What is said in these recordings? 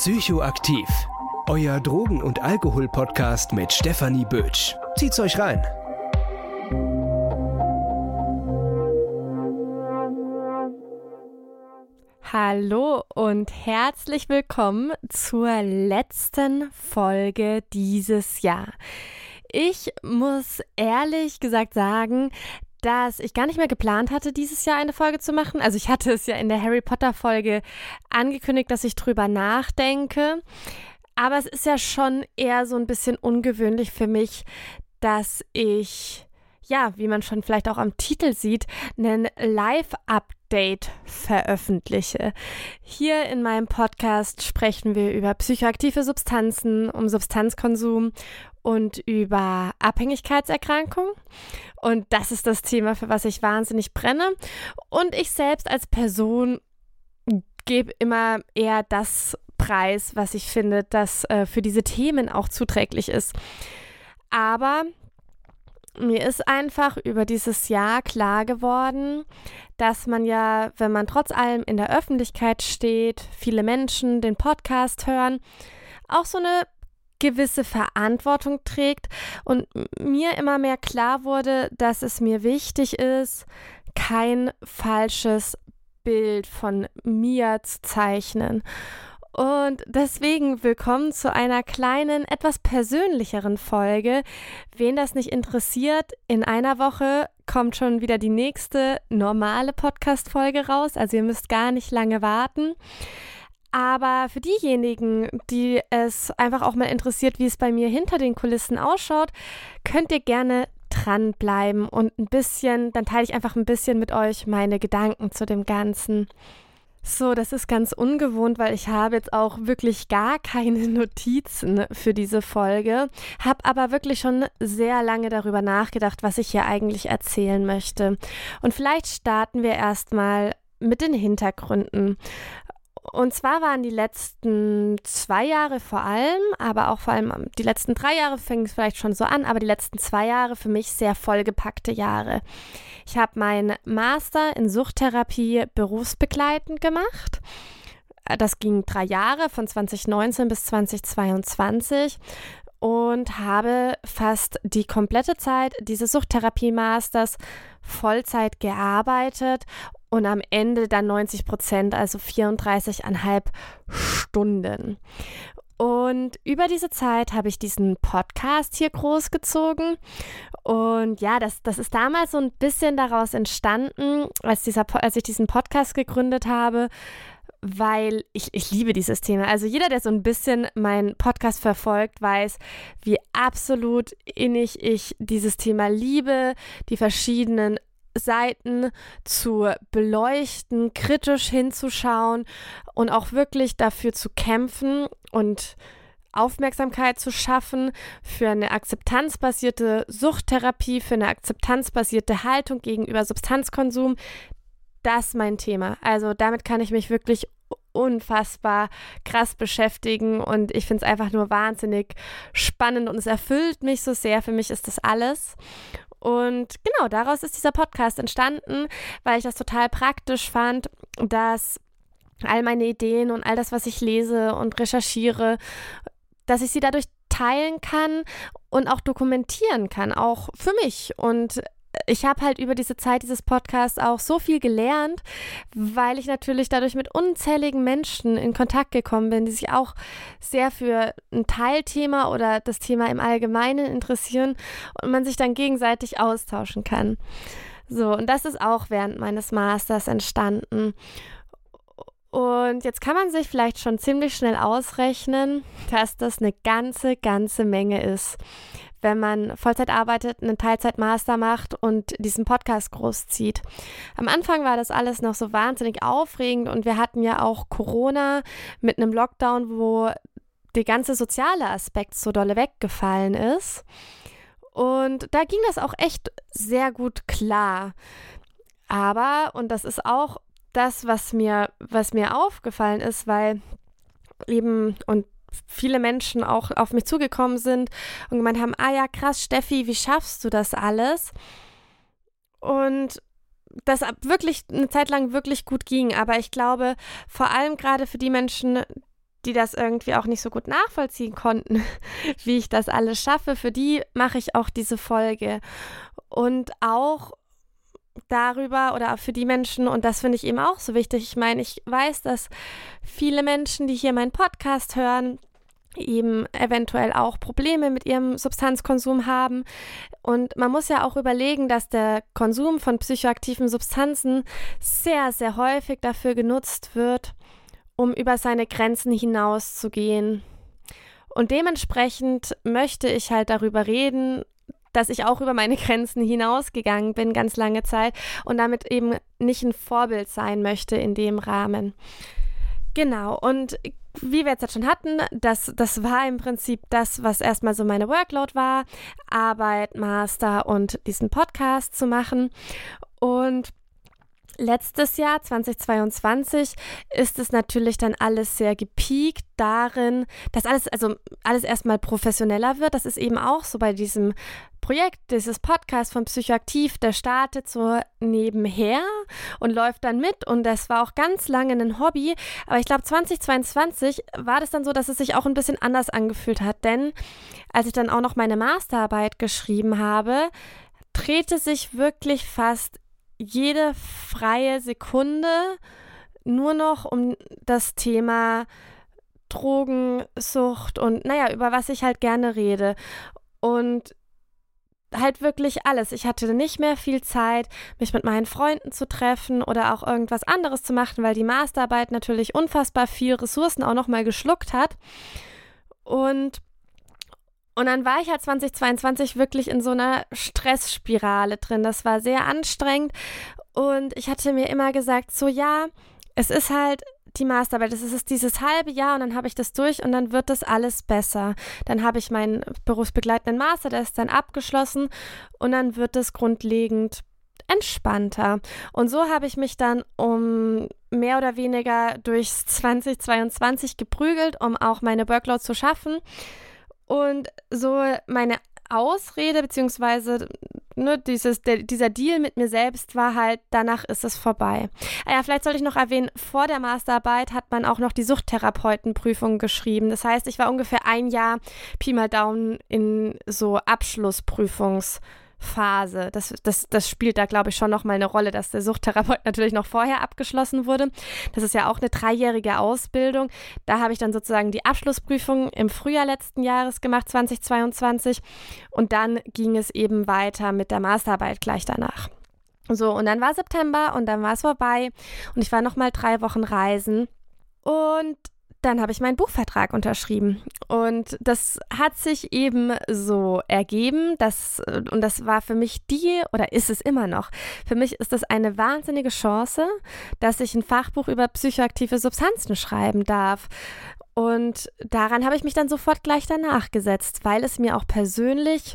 Psychoaktiv. Euer Drogen- und Alkohol-Podcast mit Stefanie Bötsch. Zieht's euch rein. Hallo und herzlich willkommen zur letzten Folge dieses Jahr. Ich muss ehrlich gesagt sagen, dass ich gar nicht mehr geplant hatte, dieses Jahr eine Folge zu machen. Also ich hatte es ja in der Harry Potter Folge angekündigt, dass ich drüber nachdenke. Aber es ist ja schon eher so ein bisschen ungewöhnlich für mich, dass ich, ja, wie man schon vielleicht auch am Titel sieht, einen Live-Update veröffentliche. Hier in meinem Podcast sprechen wir über psychoaktive Substanzen, um Substanzkonsum und über Abhängigkeitserkrankungen. Und das ist das Thema, für was ich wahnsinnig brenne. Und ich selbst als Person gebe immer eher das preis, was ich finde, das für diese Themen auch zuträglich ist. Aber mir ist einfach über dieses Jahr klar geworden, dass man ja, wenn man trotz allem in der Öffentlichkeit steht, viele Menschen den Podcast hören, auch so eine gewisse Verantwortung trägt und mir immer mehr klar wurde, dass es mir wichtig ist, kein falsches Bild von mir zu zeichnen. Und deswegen willkommen zu einer kleinen, etwas persönlicheren Folge. Wen das nicht interessiert, in einer Woche kommt schon wieder die nächste normale Podcast-Folge raus. Also ihr müsst gar nicht lange warten. Aber für diejenigen, die es einfach auch mal interessiert, wie es bei mir hinter den Kulissen ausschaut, könnt ihr gerne dranbleiben und dann teile ich einfach ein bisschen mit euch meine Gedanken zu dem Ganzen. So, das ist ganz ungewohnt, weil ich habe jetzt auch wirklich gar keine Notizen für diese Folge, habe aber wirklich schon sehr lange darüber nachgedacht, was ich hier eigentlich erzählen möchte. Und vielleicht starten wir erstmal mit den Hintergründen. Und zwar waren die letzten 2 Jahre vor allem, aber auch vor allem die letzten 3 Jahre fing es vielleicht schon so an, aber die letzten 2 Jahre für mich sehr vollgepackte Jahre. Ich habe meinen Master in Suchttherapie berufsbegleitend gemacht. Das ging 3 Jahre, von 2019 bis 2022 und habe fast die komplette Zeit dieses Suchttherapie-Masters Vollzeit gearbeitet und am Ende dann 90%, also 34,5 Stunden. Und über diese Zeit habe ich diesen Podcast hier großgezogen. Und ja, das ist damals so ein bisschen daraus entstanden, als ich diesen Podcast gegründet habe, weil ich liebe dieses Thema. Also jeder, der so ein bisschen meinen Podcast verfolgt, weiß, wie absolut innig ich dieses Thema liebe, die verschiedenen Seiten zu beleuchten, kritisch hinzuschauen und auch wirklich dafür zu kämpfen und Aufmerksamkeit zu schaffen für eine akzeptanzbasierte Suchttherapie, für eine akzeptanzbasierte Haltung gegenüber Substanzkonsum. Das ist mein Thema. Also damit kann ich mich wirklich unfassbar krass beschäftigen und ich finde es einfach nur wahnsinnig spannend und es erfüllt mich so sehr. Für mich ist das alles. Und genau, daraus ist dieser Podcast entstanden, weil ich das total praktisch fand, dass all meine Ideen und all das, was ich lese und recherchiere, dass ich sie dadurch teilen kann und auch dokumentieren kann, auch für mich. Und ich habe halt über diese Zeit dieses Podcasts auch so viel gelernt, weil ich natürlich dadurch mit unzähligen Menschen in Kontakt gekommen bin, die sich auch sehr für ein Teilthema oder das Thema im Allgemeinen interessieren und man sich dann gegenseitig austauschen kann. So, und das ist auch während meines Masters entstanden. Und jetzt kann man sich vielleicht schon ziemlich schnell ausrechnen, dass das eine ganze Menge ist, wenn man Vollzeit arbeitet, einen Teilzeitmaster macht und diesen Podcast großzieht. Am Anfang war das alles noch so wahnsinnig aufregend und wir hatten ja auch Corona mit einem Lockdown, wo der ganze soziale Aspekt so dolle weggefallen ist. Und da ging das auch echt sehr gut klar. Aber, und das ist auch das, was mir aufgefallen ist, weil eben und viele Menschen auch auf mich zugekommen sind und gemeint haben, ja krass, Steffi, wie schaffst du das alles? Und das wirklich eine Zeit lang wirklich gut ging, aber ich glaube, vor allem gerade für die Menschen, die das irgendwie auch nicht so gut nachvollziehen konnten, wie ich das alles schaffe, für die mache ich auch diese Folge. Und auch darüber oder für die Menschen, und das finde ich eben auch so wichtig. Ich meine, ich weiß, dass viele Menschen, die hier meinen Podcast hören, eben eventuell auch Probleme mit ihrem Substanzkonsum haben. Und man muss ja auch überlegen, dass der Konsum von psychoaktiven Substanzen sehr, sehr häufig dafür genutzt wird, um über seine Grenzen hinauszugehen. Und dementsprechend möchte ich halt darüber reden, dass ich auch über meine Grenzen hinausgegangen bin, ganz lange Zeit, und damit eben nicht ein Vorbild sein möchte in dem Rahmen. Genau, und wie wir jetzt schon hatten, das war im Prinzip das, was erstmal so meine Workload war, Arbeit, Master und diesen Podcast zu machen. Und letztes Jahr, 2022, ist es natürlich dann alles sehr gepiekt darin, dass alles erstmal professioneller wird. Das ist eben auch so bei diesem Projekt, dieses Podcast von Psychoaktiv, der startet so nebenher und läuft dann mit, und das war auch ganz lange ein Hobby, aber ich glaube 2022 war das dann so, dass es sich auch ein bisschen anders angefühlt hat, denn als ich dann auch noch meine Masterarbeit geschrieben habe, drehte sich wirklich fast jede freie Sekunde nur noch um das Thema Drogensucht und über was ich halt gerne rede. Und halt wirklich alles. Ich hatte nicht mehr viel Zeit, mich mit meinen Freunden zu treffen oder auch irgendwas anderes zu machen, weil die Masterarbeit natürlich unfassbar viel Ressourcen auch nochmal geschluckt hat. Und dann war ich halt 2022 wirklich in so einer Stressspirale drin. Das war sehr anstrengend, und ich hatte mir immer gesagt, so ja, es ist halt die Masterarbeit, das ist dieses halbe Jahr, und dann habe ich das durch und dann wird das alles besser. Dann habe ich meinen berufsbegleitenden Master, der ist dann abgeschlossen, und dann wird es grundlegend entspannter. Und so habe ich mich dann mehr oder weniger durchs 2022 geprügelt, um auch meine Workload zu schaffen. Und so meine Ausrede, beziehungsweise dieser Deal mit mir selbst war halt, danach ist es vorbei. Vielleicht sollte ich noch erwähnen, vor der Masterarbeit hat man auch noch die Suchttherapeutenprüfung geschrieben. Das heißt, ich war ungefähr ein Jahr Pi mal Daumen in so Abschlussprüfungsphase. Das spielt da, glaube ich, schon nochmal eine Rolle, dass der Suchttherapeut natürlich noch vorher abgeschlossen wurde. Das ist ja auch eine 3-jährige Ausbildung. Da habe ich dann sozusagen die Abschlussprüfung im Frühjahr letzten Jahres gemacht, 2022. Und dann ging es eben weiter mit der Masterarbeit gleich danach. So, und dann war September und dann war es vorbei. Und ich war nochmal 3 Wochen reisen. Und dann habe ich meinen Buchvertrag unterschrieben, und das hat sich eben so ergeben, und das war für mich oder ist es immer noch, für mich ist das eine wahnsinnige Chance, dass ich ein Fachbuch über psychoaktive Substanzen schreiben darf. Und daran habe ich mich dann sofort gleich danach gesetzt, weil es mir auch persönlich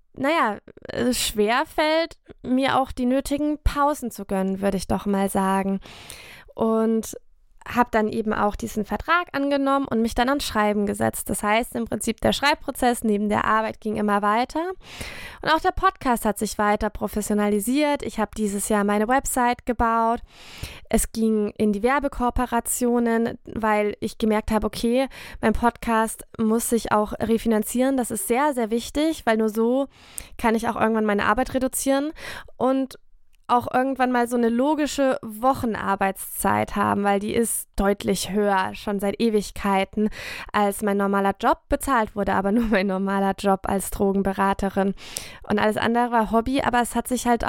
schwer fällt, mir auch die nötigen Pausen zu gönnen, würde ich doch mal sagen. Und habe dann eben auch diesen Vertrag angenommen und mich dann ans Schreiben gesetzt. Das heißt, im Prinzip der Schreibprozess neben der Arbeit ging immer weiter. Und auch der Podcast hat sich weiter professionalisiert. Ich habe dieses Jahr meine Website gebaut. Es ging in die Werbekooperationen, weil ich gemerkt habe, okay, mein Podcast muss sich auch refinanzieren. Das ist sehr, sehr wichtig, weil nur so kann ich auch irgendwann meine Arbeit reduzieren und auch irgendwann mal so eine logische Wochenarbeitszeit haben, weil die ist deutlich höher, schon seit Ewigkeiten, als mein normaler Job. Bezahlt wurde aber nur mein normaler Job als Drogenberaterin. Und alles andere war Hobby, aber es hat sich halt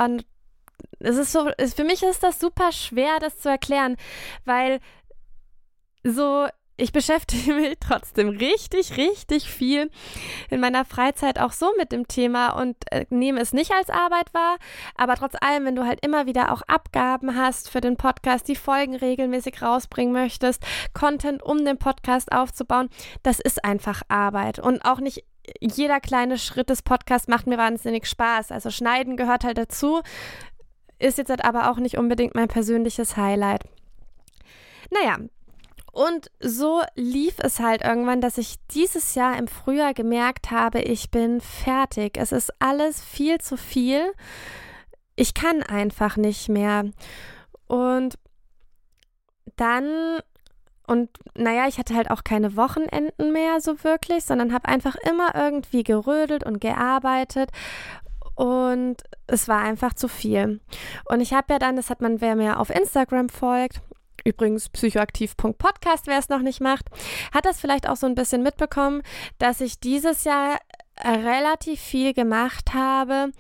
für mich ist das super schwer, das zu erklären, weil ich beschäftige mich trotzdem richtig, richtig viel in meiner Freizeit auch so mit dem Thema und nehme es nicht als Arbeit wahr. Aber trotz allem, wenn du halt immer wieder auch Abgaben hast für den Podcast, die Folgen regelmäßig rausbringen möchtest, Content um den Podcast aufzubauen, das ist einfach Arbeit. Und auch nicht jeder kleine Schritt des Podcasts macht mir wahnsinnig Spaß. Also Schneiden gehört halt dazu, ist jetzt halt aber auch nicht unbedingt mein persönliches Highlight. Und so lief es halt irgendwann, dass ich dieses Jahr im Frühjahr gemerkt habe, ich bin fertig. Es ist alles viel zu viel. Ich kann einfach nicht mehr. Und dann, Und naja, ich hatte halt auch keine Wochenenden mehr so wirklich, sondern habe einfach immer irgendwie gerödelt und gearbeitet. Und es war einfach zu viel. Und ich habe ja dann, das hat man, wer mir auf Instagram folgt, übrigens psychoaktiv.podcast, wer es noch nicht macht, hat das vielleicht auch so ein bisschen mitbekommen, dass ich dieses Jahr relativ viel gemacht habe,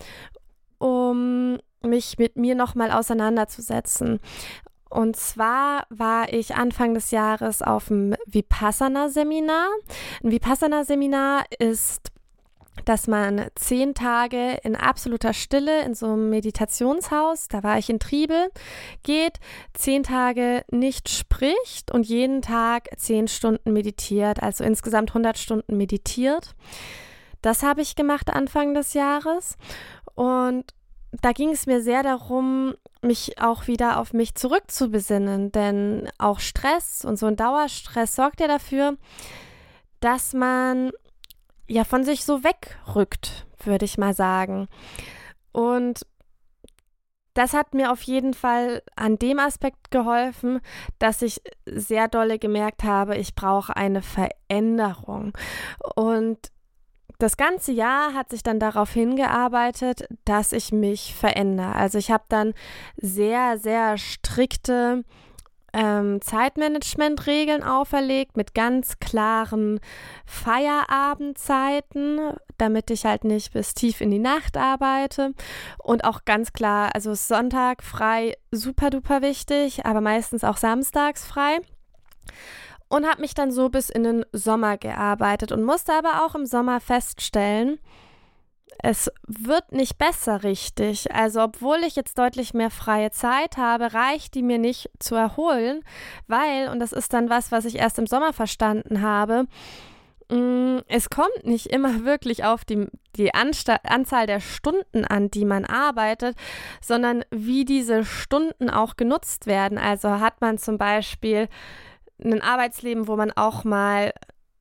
um mich mit mir nochmal auseinanderzusetzen. Und zwar war ich Anfang des Jahres auf einem Vipassana-Seminar. Ein Vipassana-Seminar ist, dass man 10 Tage in absoluter Stille in so einem Meditationshaus, da war ich in Triebel, geht, 10 Tage nicht spricht und jeden Tag 10 Stunden meditiert, also insgesamt 100 Stunden meditiert. Das habe ich gemacht Anfang des Jahres und da ging es mir sehr darum, mich auch wieder auf mich zurückzubesinnen, denn auch Stress und so ein Dauerstress sorgt ja dafür, dass man ja von sich so wegrückt, würde ich mal sagen. Und das hat mir auf jeden Fall an dem Aspekt geholfen, dass ich sehr dolle gemerkt habe, ich brauche eine Veränderung. Und das ganze Jahr hat sich dann darauf hingearbeitet, dass ich mich verändere. Also ich habe dann sehr, sehr strikte Zeitmanagement-Regeln auferlegt mit ganz klaren Feierabendzeiten, damit ich halt nicht bis tief in die Nacht arbeite und auch ganz klar, also Sonntag frei, super duper wichtig, aber meistens auch samstags frei. Und habe mich dann so bis in den Sommer gearbeitet und musste aber auch im Sommer feststellen, es wird nicht besser richtig. Also obwohl ich jetzt deutlich mehr freie Zeit habe, reicht die mir nicht zu erholen, weil, und das ist dann was ich erst im Sommer verstanden habe, es kommt nicht immer wirklich auf die Anzahl der Stunden an, die man arbeitet, sondern wie diese Stunden auch genutzt werden. Also hat man zum Beispiel ein Arbeitsleben, wo man auch mal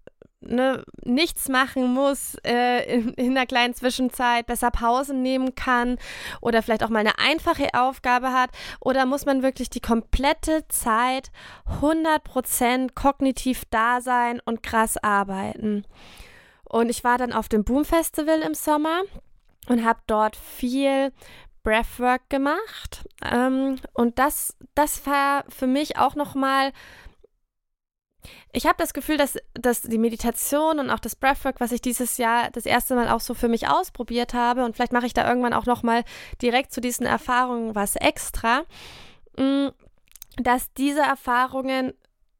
nichts machen muss in einer kleinen Zwischenzeit, besser Pausen nehmen kann oder vielleicht auch mal eine einfache Aufgabe hat, oder muss man wirklich die komplette Zeit 100% kognitiv da sein und krass arbeiten. Und ich war dann auf dem Boom Festival im Sommer und habe dort viel Breathwork gemacht und das war für mich auch nochmal. Ich habe das Gefühl, dass die Meditation und auch das Breathwork, was ich dieses Jahr das erste Mal auch so für mich ausprobiert habe, und vielleicht mache ich da irgendwann auch nochmal direkt zu diesen Erfahrungen was extra, dass diese Erfahrungen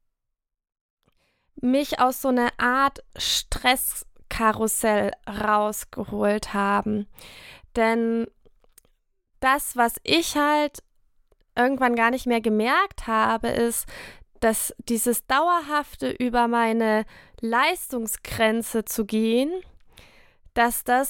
mich aus so einer Art Stresskarussell rausgeholt haben. Denn das, was ich halt irgendwann gar nicht mehr gemerkt habe, ist, dass dieses dauerhafte über meine Leistungsgrenze zu gehen, dass da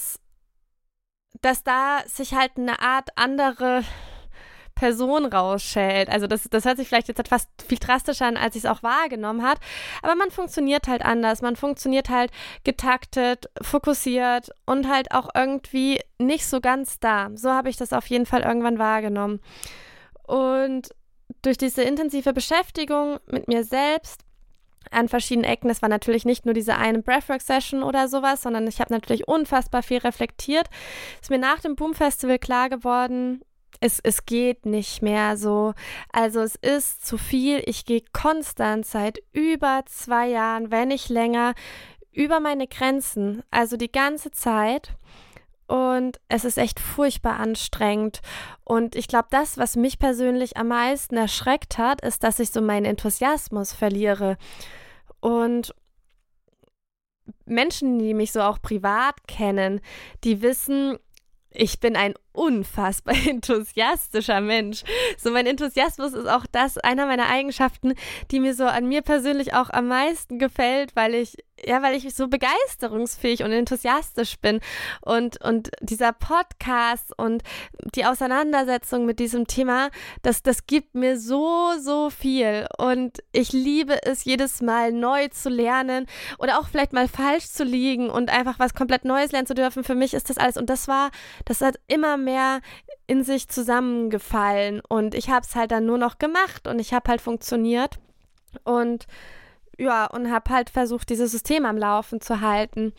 sich halt eine Art andere Person rausschält. Also das hört sich vielleicht jetzt etwas viel drastischer an, als ich es auch wahrgenommen habe, aber man funktioniert halt anders. Man funktioniert halt getaktet, fokussiert und halt auch irgendwie nicht so ganz da. So habe ich das auf jeden Fall irgendwann wahrgenommen. Und durch diese intensive Beschäftigung mit mir selbst an verschiedenen Ecken, das war natürlich nicht nur diese eine Breathwork-Session oder sowas, sondern ich habe natürlich unfassbar viel reflektiert, ist mir nach dem Boom Festival klar geworden, es geht nicht mehr so. Also es ist zu viel. Ich gehe konstant seit über 2 Jahren, wenn nicht länger, über meine Grenzen, also die ganze Zeit. Und es ist echt furchtbar anstrengend. Und ich glaube, das, was mich persönlich am meisten erschreckt hat, ist, dass ich so meinen Enthusiasmus verliere. Und Menschen, die mich so auch privat kennen, die wissen, ich bin ein unfassbar enthusiastischer Mensch. So, mein Enthusiasmus ist auch einer meiner Eigenschaften, die mir so an mir persönlich auch am meisten gefällt, weil ich so begeisterungsfähig und enthusiastisch bin. Und dieser Podcast und die Auseinandersetzung mit diesem Thema, das gibt mir so, so viel. Und ich liebe es, jedes Mal neu zu lernen oder auch vielleicht mal falsch zu liegen und einfach was komplett Neues lernen zu dürfen. Für mich ist das alles. Und das hat immer mehr in sich zusammengefallen. Und ich habe es halt dann nur noch gemacht und ich habe halt funktioniert. Und ja, und habe halt versucht, dieses System am Laufen zu halten.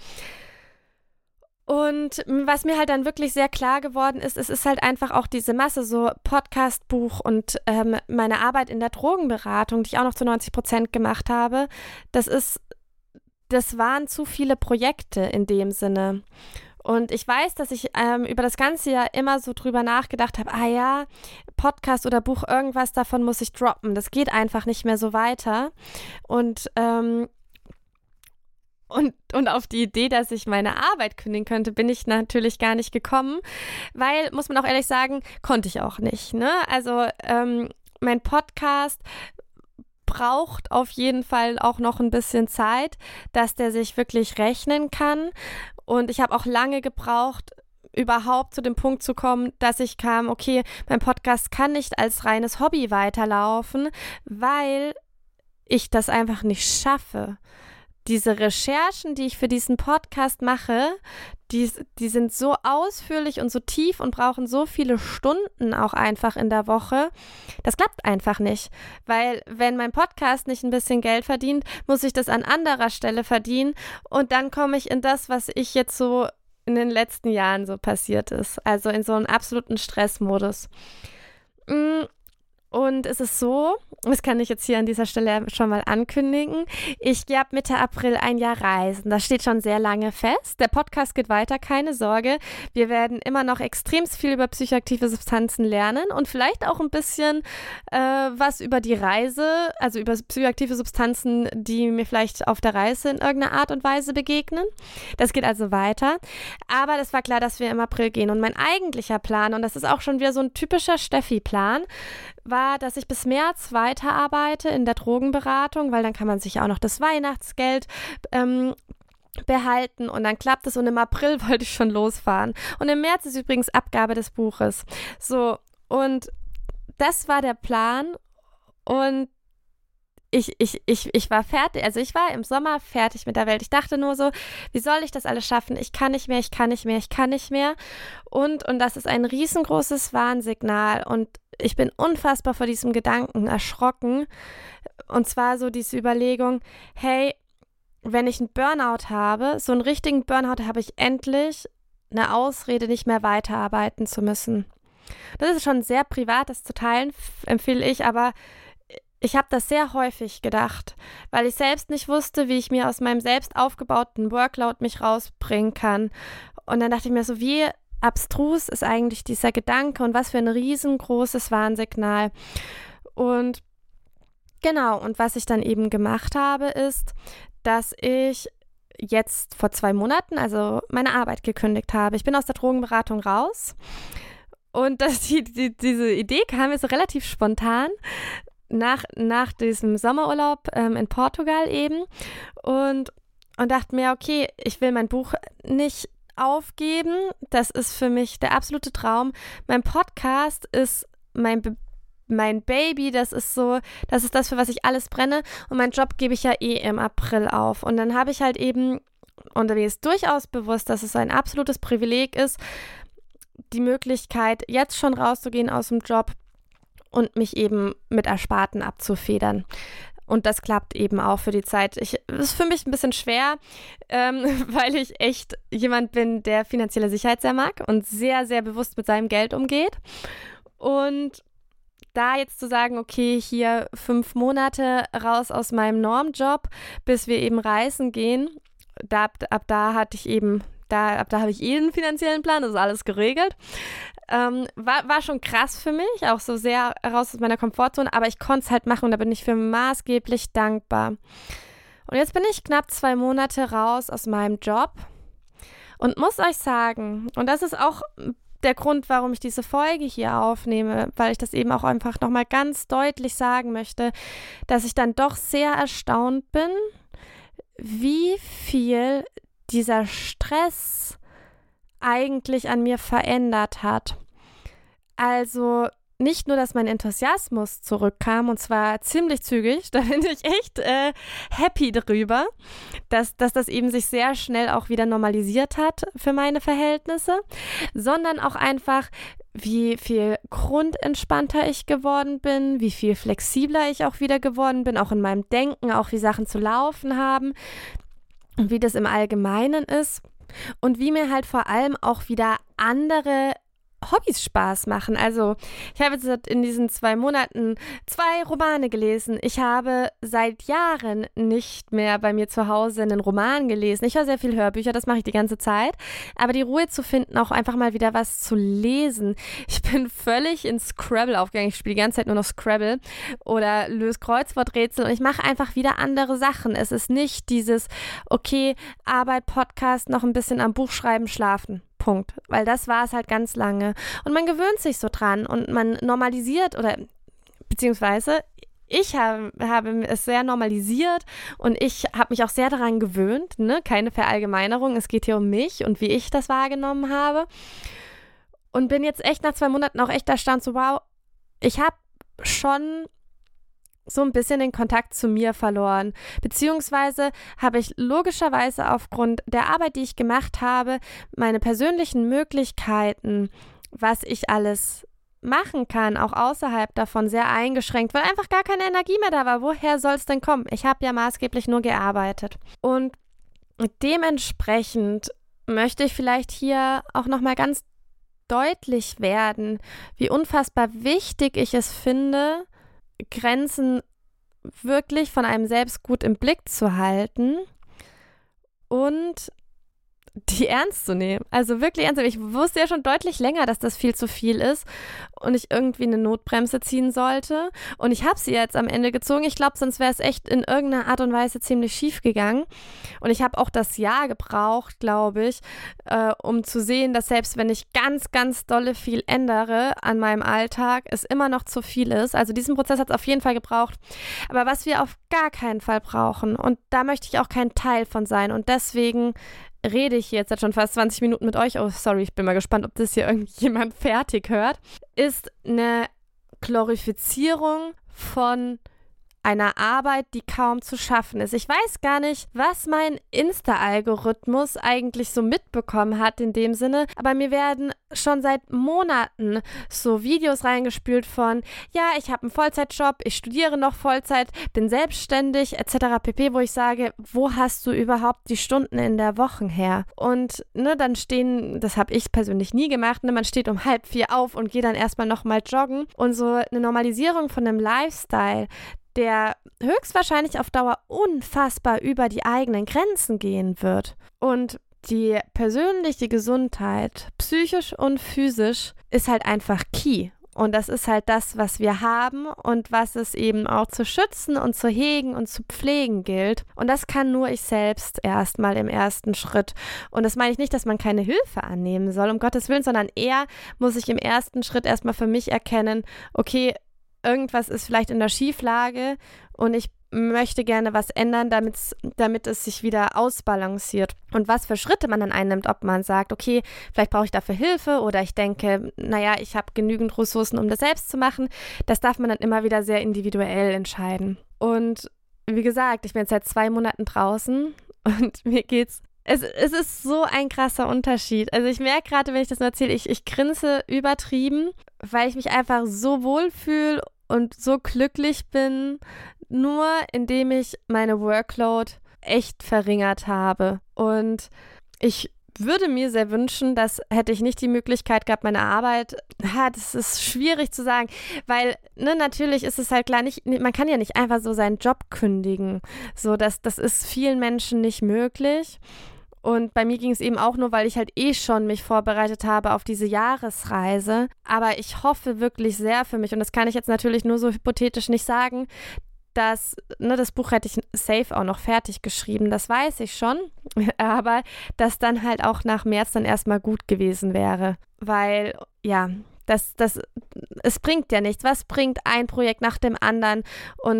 Und was mir halt dann wirklich sehr klar geworden ist, es ist halt einfach auch diese Masse, so Podcast, Buch und meine Arbeit in der Drogenberatung, die ich auch noch zu 90% gemacht habe, das waren zu viele Projekte in dem Sinne. Und ich weiß, dass ich über das ganze Jahr immer so drüber nachgedacht habe, Podcast oder Buch, irgendwas davon muss ich droppen. Das geht einfach nicht mehr so weiter. Und auf die Idee, dass ich meine Arbeit kündigen könnte, bin ich natürlich gar nicht gekommen, weil, muss man auch ehrlich sagen, konnte ich auch nicht. Ne? Also mein Podcast braucht auf jeden Fall auch noch ein bisschen Zeit, dass der sich wirklich rechnen kann. Und ich habe auch lange gebraucht, überhaupt zu dem Punkt zu kommen, dass ich kam, okay, mein Podcast kann nicht als reines Hobby weiterlaufen, weil ich das einfach nicht schaffe. Diese Recherchen, die ich für diesen Podcast mache, die sind so ausführlich und so tief und brauchen so viele Stunden auch einfach in der Woche. Das klappt einfach nicht, weil wenn mein Podcast nicht ein bisschen Geld verdient, muss ich das an anderer Stelle verdienen und dann komme ich in das, was ich jetzt so in den letzten Jahren so passiert ist. Also in so einen absoluten Stressmodus. Und es ist so, das kann ich jetzt hier an dieser Stelle schon mal ankündigen, ich gehe ab Mitte April ein Jahr reisen. Das steht schon sehr lange fest. Der Podcast geht weiter, keine Sorge. Wir werden immer noch extrem viel über psychoaktive Substanzen lernen und vielleicht auch ein bisschen was über die Reise, also über psychoaktive Substanzen, die mir vielleicht auf der Reise in irgendeiner Art und Weise begegnen. Das geht also weiter. Aber das war klar, dass wir im April gehen. Und mein eigentlicher Plan, und das ist auch schon wieder so ein typischer Steffi-Plan, war, dass ich bis März weiterarbeite in der Drogenberatung, weil dann kann man sich auch noch das Weihnachtsgeld behalten und dann klappt es und im April wollte ich schon losfahren. Und im März ist übrigens Abgabe des Buches. So, und das war der Plan und ich war fertig, also ich war im Sommer fertig mit der Welt. Ich dachte nur so, wie soll ich das alles schaffen? Ich kann nicht mehr, ich kann nicht mehr, ich kann nicht mehr. Und das ist ein riesengroßes Warnsignal und ich bin unfassbar vor diesem Gedanken erschrocken. Und zwar so diese Überlegung, hey, wenn ich einen Burnout habe, so einen richtigen Burnout, habe ich endlich eine Ausrede, nicht mehr weiterarbeiten zu müssen. Das ist schon sehr privat, das zu teilen, empfehle ich, aber ich habe das sehr häufig gedacht, weil ich selbst nicht wusste, wie ich mir aus meinem selbst aufgebauten Workload mich rausbringen kann. Und dann dachte ich mir so, wie abstrus ist eigentlich dieser Gedanke und was für ein riesengroßes Warnsignal. Und genau, und was ich dann eben gemacht habe, ist, dass ich jetzt vor 2 Monaten, also meine Arbeit gekündigt habe. Ich bin aus der Drogenberatung raus und diese Idee kam mir so relativ spontan nach diesem Sommerurlaub in Portugal eben und dachte mir, okay, ich will mein Buch nicht aufgeben. Das ist für mich der absolute Traum. Mein Podcast ist mein Baby, das ist das, für was ich alles brenne. Und meinen Job gebe ich ja im April auf. Und dann habe ich halt eben, und mir ist durchaus bewusst, dass es ein absolutes Privileg ist, die Möglichkeit, jetzt schon rauszugehen aus dem Job und mich eben mit Ersparten abzufedern. Und das klappt eben auch für die Zeit. Es ist für mich ein bisschen schwer, weil ich echt jemand bin, der finanzielle Sicherheit sehr mag und sehr, sehr bewusst mit seinem Geld umgeht. Und da jetzt zu sagen, okay, hier 5 Monate raus aus meinem Normjob, bis wir eben reisen gehen, ab da habe ich einen finanziellen Plan, das ist alles geregelt. War schon krass für mich, auch so sehr raus aus meiner Komfortzone, aber ich konnte es halt machen und da bin ich für maßgeblich dankbar. Und jetzt bin ich knapp 2 Monate raus aus meinem Job und muss euch sagen, und das ist auch der Grund, warum ich diese Folge hier aufnehme, weil ich das eben auch einfach nochmal ganz deutlich sagen möchte, dass ich dann doch sehr erstaunt bin, wie viel dieser Stress eigentlich an mir verändert hat. Also nicht nur, dass mein Enthusiasmus zurückkam und zwar ziemlich zügig, da bin ich echt happy drüber, dass das eben sich sehr schnell auch wieder normalisiert hat für meine Verhältnisse, sondern auch einfach, wie viel grundentspannter ich geworden bin, wie viel flexibler ich auch wieder geworden bin, auch in meinem Denken, auch wie Sachen zu laufen haben und wie das im Allgemeinen ist und wie mir halt vor allem auch wieder andere Hobbys Spaß machen. Also ich habe jetzt in diesen 2 Monaten 2 Romane gelesen. Ich habe seit Jahren nicht mehr bei mir zu Hause einen Roman gelesen. Ich höre sehr viel Hörbücher, das mache ich die ganze Zeit. Aber die Ruhe zu finden, auch einfach mal wieder was zu lesen. Ich bin völlig in Scrabble aufgegangen. Ich spiele die ganze Zeit nur noch Scrabble oder löse Kreuzworträtsel und ich mache einfach wieder andere Sachen. Es ist nicht dieses, okay, Arbeit, Podcast, noch ein bisschen am Buch schreiben, schlafen. Punkt. Weil das war es halt ganz lange. Und man gewöhnt sich so dran und man normalisiert oder beziehungsweise ich habe es sehr normalisiert und ich habe mich auch sehr daran gewöhnt, ne? Keine Verallgemeinerung, es geht hier um mich und wie ich das wahrgenommen habe und bin jetzt echt nach 2 Monaten auch echt erstaunt, so wow, ich habe schon so ein bisschen den Kontakt zu mir verloren. Beziehungsweise habe ich logischerweise aufgrund der Arbeit, die ich gemacht habe, meine persönlichen Möglichkeiten, was ich alles machen kann, auch außerhalb davon sehr eingeschränkt, weil einfach gar keine Energie mehr da war. Woher soll es denn kommen? Ich habe ja maßgeblich nur gearbeitet. Und dementsprechend möchte ich vielleicht hier auch nochmal ganz deutlich werden, wie unfassbar wichtig ich es finde, Grenzen wirklich von einem selbst gut im Blick zu halten und die ernst zu nehmen. Also wirklich ernst. Ich wusste ja schon deutlich länger, dass das viel zu viel ist und ich irgendwie eine Notbremse ziehen sollte. Und ich habe sie jetzt am Ende gezogen. Ich glaube, sonst wäre es echt in irgendeiner Art und Weise ziemlich schief gegangen. Und ich habe auch das Jahr gebraucht, glaube ich, um zu sehen, dass selbst wenn ich ganz, ganz dolle viel ändere an meinem Alltag, es immer noch zu viel ist. Also diesen Prozess hat es auf jeden Fall gebraucht. Aber was wir auf gar keinen Fall brauchen, und da möchte ich auch kein Teil von sein. Und deswegen rede ich jetzt seit schon fast 20 Minuten mit euch. Oh, sorry, ich bin mal gespannt, ob das hier irgendjemand fertig hört. Ist eine Glorifizierung von einer Arbeit, die kaum zu schaffen ist. Ich weiß gar nicht, was mein Insta-Algorithmus eigentlich so mitbekommen hat in dem Sinne, aber mir werden schon seit Monaten so Videos reingespült von, ja, ich habe einen Vollzeitjob, ich studiere noch Vollzeit, bin selbstständig, etc. pp., wo ich sage, wo hast du überhaupt die Stunden in der Woche her? Und dann stehen, das habe ich persönlich nie gemacht, man steht um 3:30 auf und geht dann erstmal nochmal joggen und so eine Normalisierung von einem Lifestyle, der höchstwahrscheinlich auf Dauer unfassbar über die eigenen Grenzen gehen wird. Und die persönliche Gesundheit, psychisch und physisch, ist halt einfach key. Und das ist halt das, was wir haben und was es eben auch zu schützen und zu hegen und zu pflegen gilt. Und das kann nur ich selbst erstmal im ersten Schritt. Und das meine ich nicht, dass man keine Hilfe annehmen soll, um Gottes Willen, sondern eher muss ich im ersten Schritt erstmal für mich erkennen, okay, irgendwas ist vielleicht in der Schieflage und ich möchte gerne was ändern, damit es sich wieder ausbalanciert. Und was für Schritte man dann einnimmt, ob man sagt, okay, vielleicht brauche ich dafür Hilfe oder ich denke, naja, ich habe genügend Ressourcen, um das selbst zu machen, das darf man dann immer wieder sehr individuell entscheiden. Und wie gesagt, ich bin jetzt seit 2 Monaten draußen und mir geht's. Es ist so ein krasser Unterschied. Also ich merke gerade, wenn ich das nur erzähle, ich grinse übertrieben, weil ich mich einfach so wohl fühle und so glücklich bin, nur indem ich meine Workload echt verringert habe. Und ich würde mir sehr wünschen, dass hätte ich nicht die Möglichkeit gehabt, meine Arbeit, das ist schwierig zu sagen, weil natürlich ist es halt klar, man kann ja nicht einfach so seinen Job kündigen. So, das ist vielen Menschen nicht möglich. Und bei mir ging es eben auch nur, weil ich halt schon mich vorbereitet habe auf diese Jahresreise. Aber ich hoffe wirklich sehr für mich, und das kann ich jetzt natürlich nur so hypothetisch nicht sagen, dass, das Buch hätte ich safe auch noch fertig geschrieben, das weiß ich schon, aber dass dann halt auch nach März dann erstmal gut gewesen wäre. Weil, ja, es bringt ja nichts. Was bringt ein Projekt nach dem anderen? Und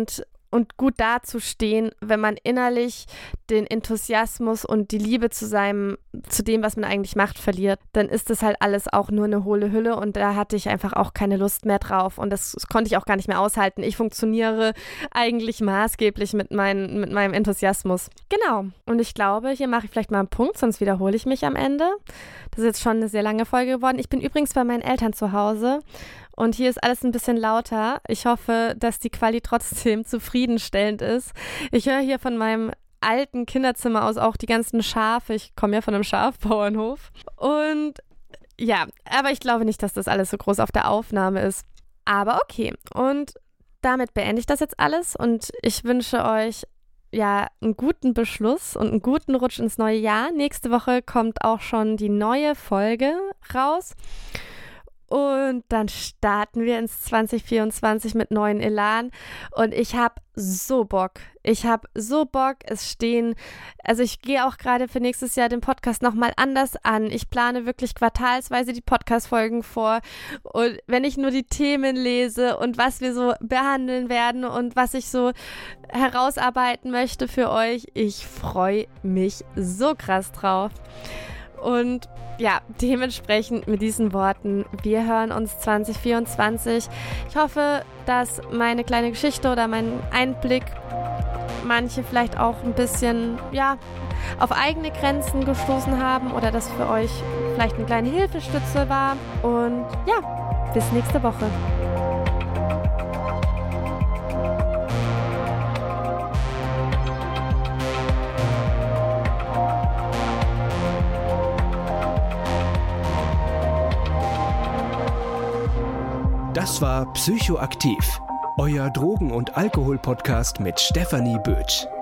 und gut dazustehen, wenn man innerlich den Enthusiasmus und die Liebe zu dem, was man eigentlich macht, verliert, dann ist das halt alles auch nur eine hohle Hülle und da hatte ich einfach auch keine Lust mehr drauf und das konnte ich auch gar nicht mehr aushalten. Ich funktioniere eigentlich maßgeblich mit meinem Enthusiasmus. Genau. Und ich glaube, hier mache ich vielleicht mal einen Punkt, sonst wiederhole ich mich am Ende. Das ist jetzt schon eine sehr lange Folge geworden. Ich bin übrigens bei meinen Eltern zu Hause. Und hier ist alles ein bisschen lauter. Ich hoffe, dass die Quali trotzdem zufriedenstellend ist. Ich höre hier von meinem alten Kinderzimmer aus auch die ganzen Schafe. Ich komme ja von einem Schafbauernhof. Und ja, aber ich glaube nicht, dass das alles so groß auf der Aufnahme ist. Aber okay. Und damit beende ich das jetzt alles. Und ich wünsche euch ja einen guten Beschluss und einen guten Rutsch ins neue Jahr. Nächste Woche kommt auch schon die neue Folge raus. Und dann starten wir ins 2024 mit neuen Elan. Und ich habe so Bock. Ich gehe auch gerade für nächstes Jahr den Podcast nochmal anders an. Ich plane wirklich quartalsweise die Podcast-Folgen vor. Und wenn ich nur die Themen lese und was wir so behandeln werden und was ich so herausarbeiten möchte für euch, ich freue mich so krass drauf. Und ja, dementsprechend mit diesen Worten, wir hören uns 2024. Ich hoffe, dass meine kleine Geschichte oder mein Einblick manche vielleicht auch ein bisschen, auf eigene Grenzen gestoßen haben oder das für euch vielleicht eine kleine Hilfestütze war. Und ja, bis nächste Woche. Das war Psychoaktiv, euer Drogen- und Alkohol-Podcast mit Stefanie Bötsch.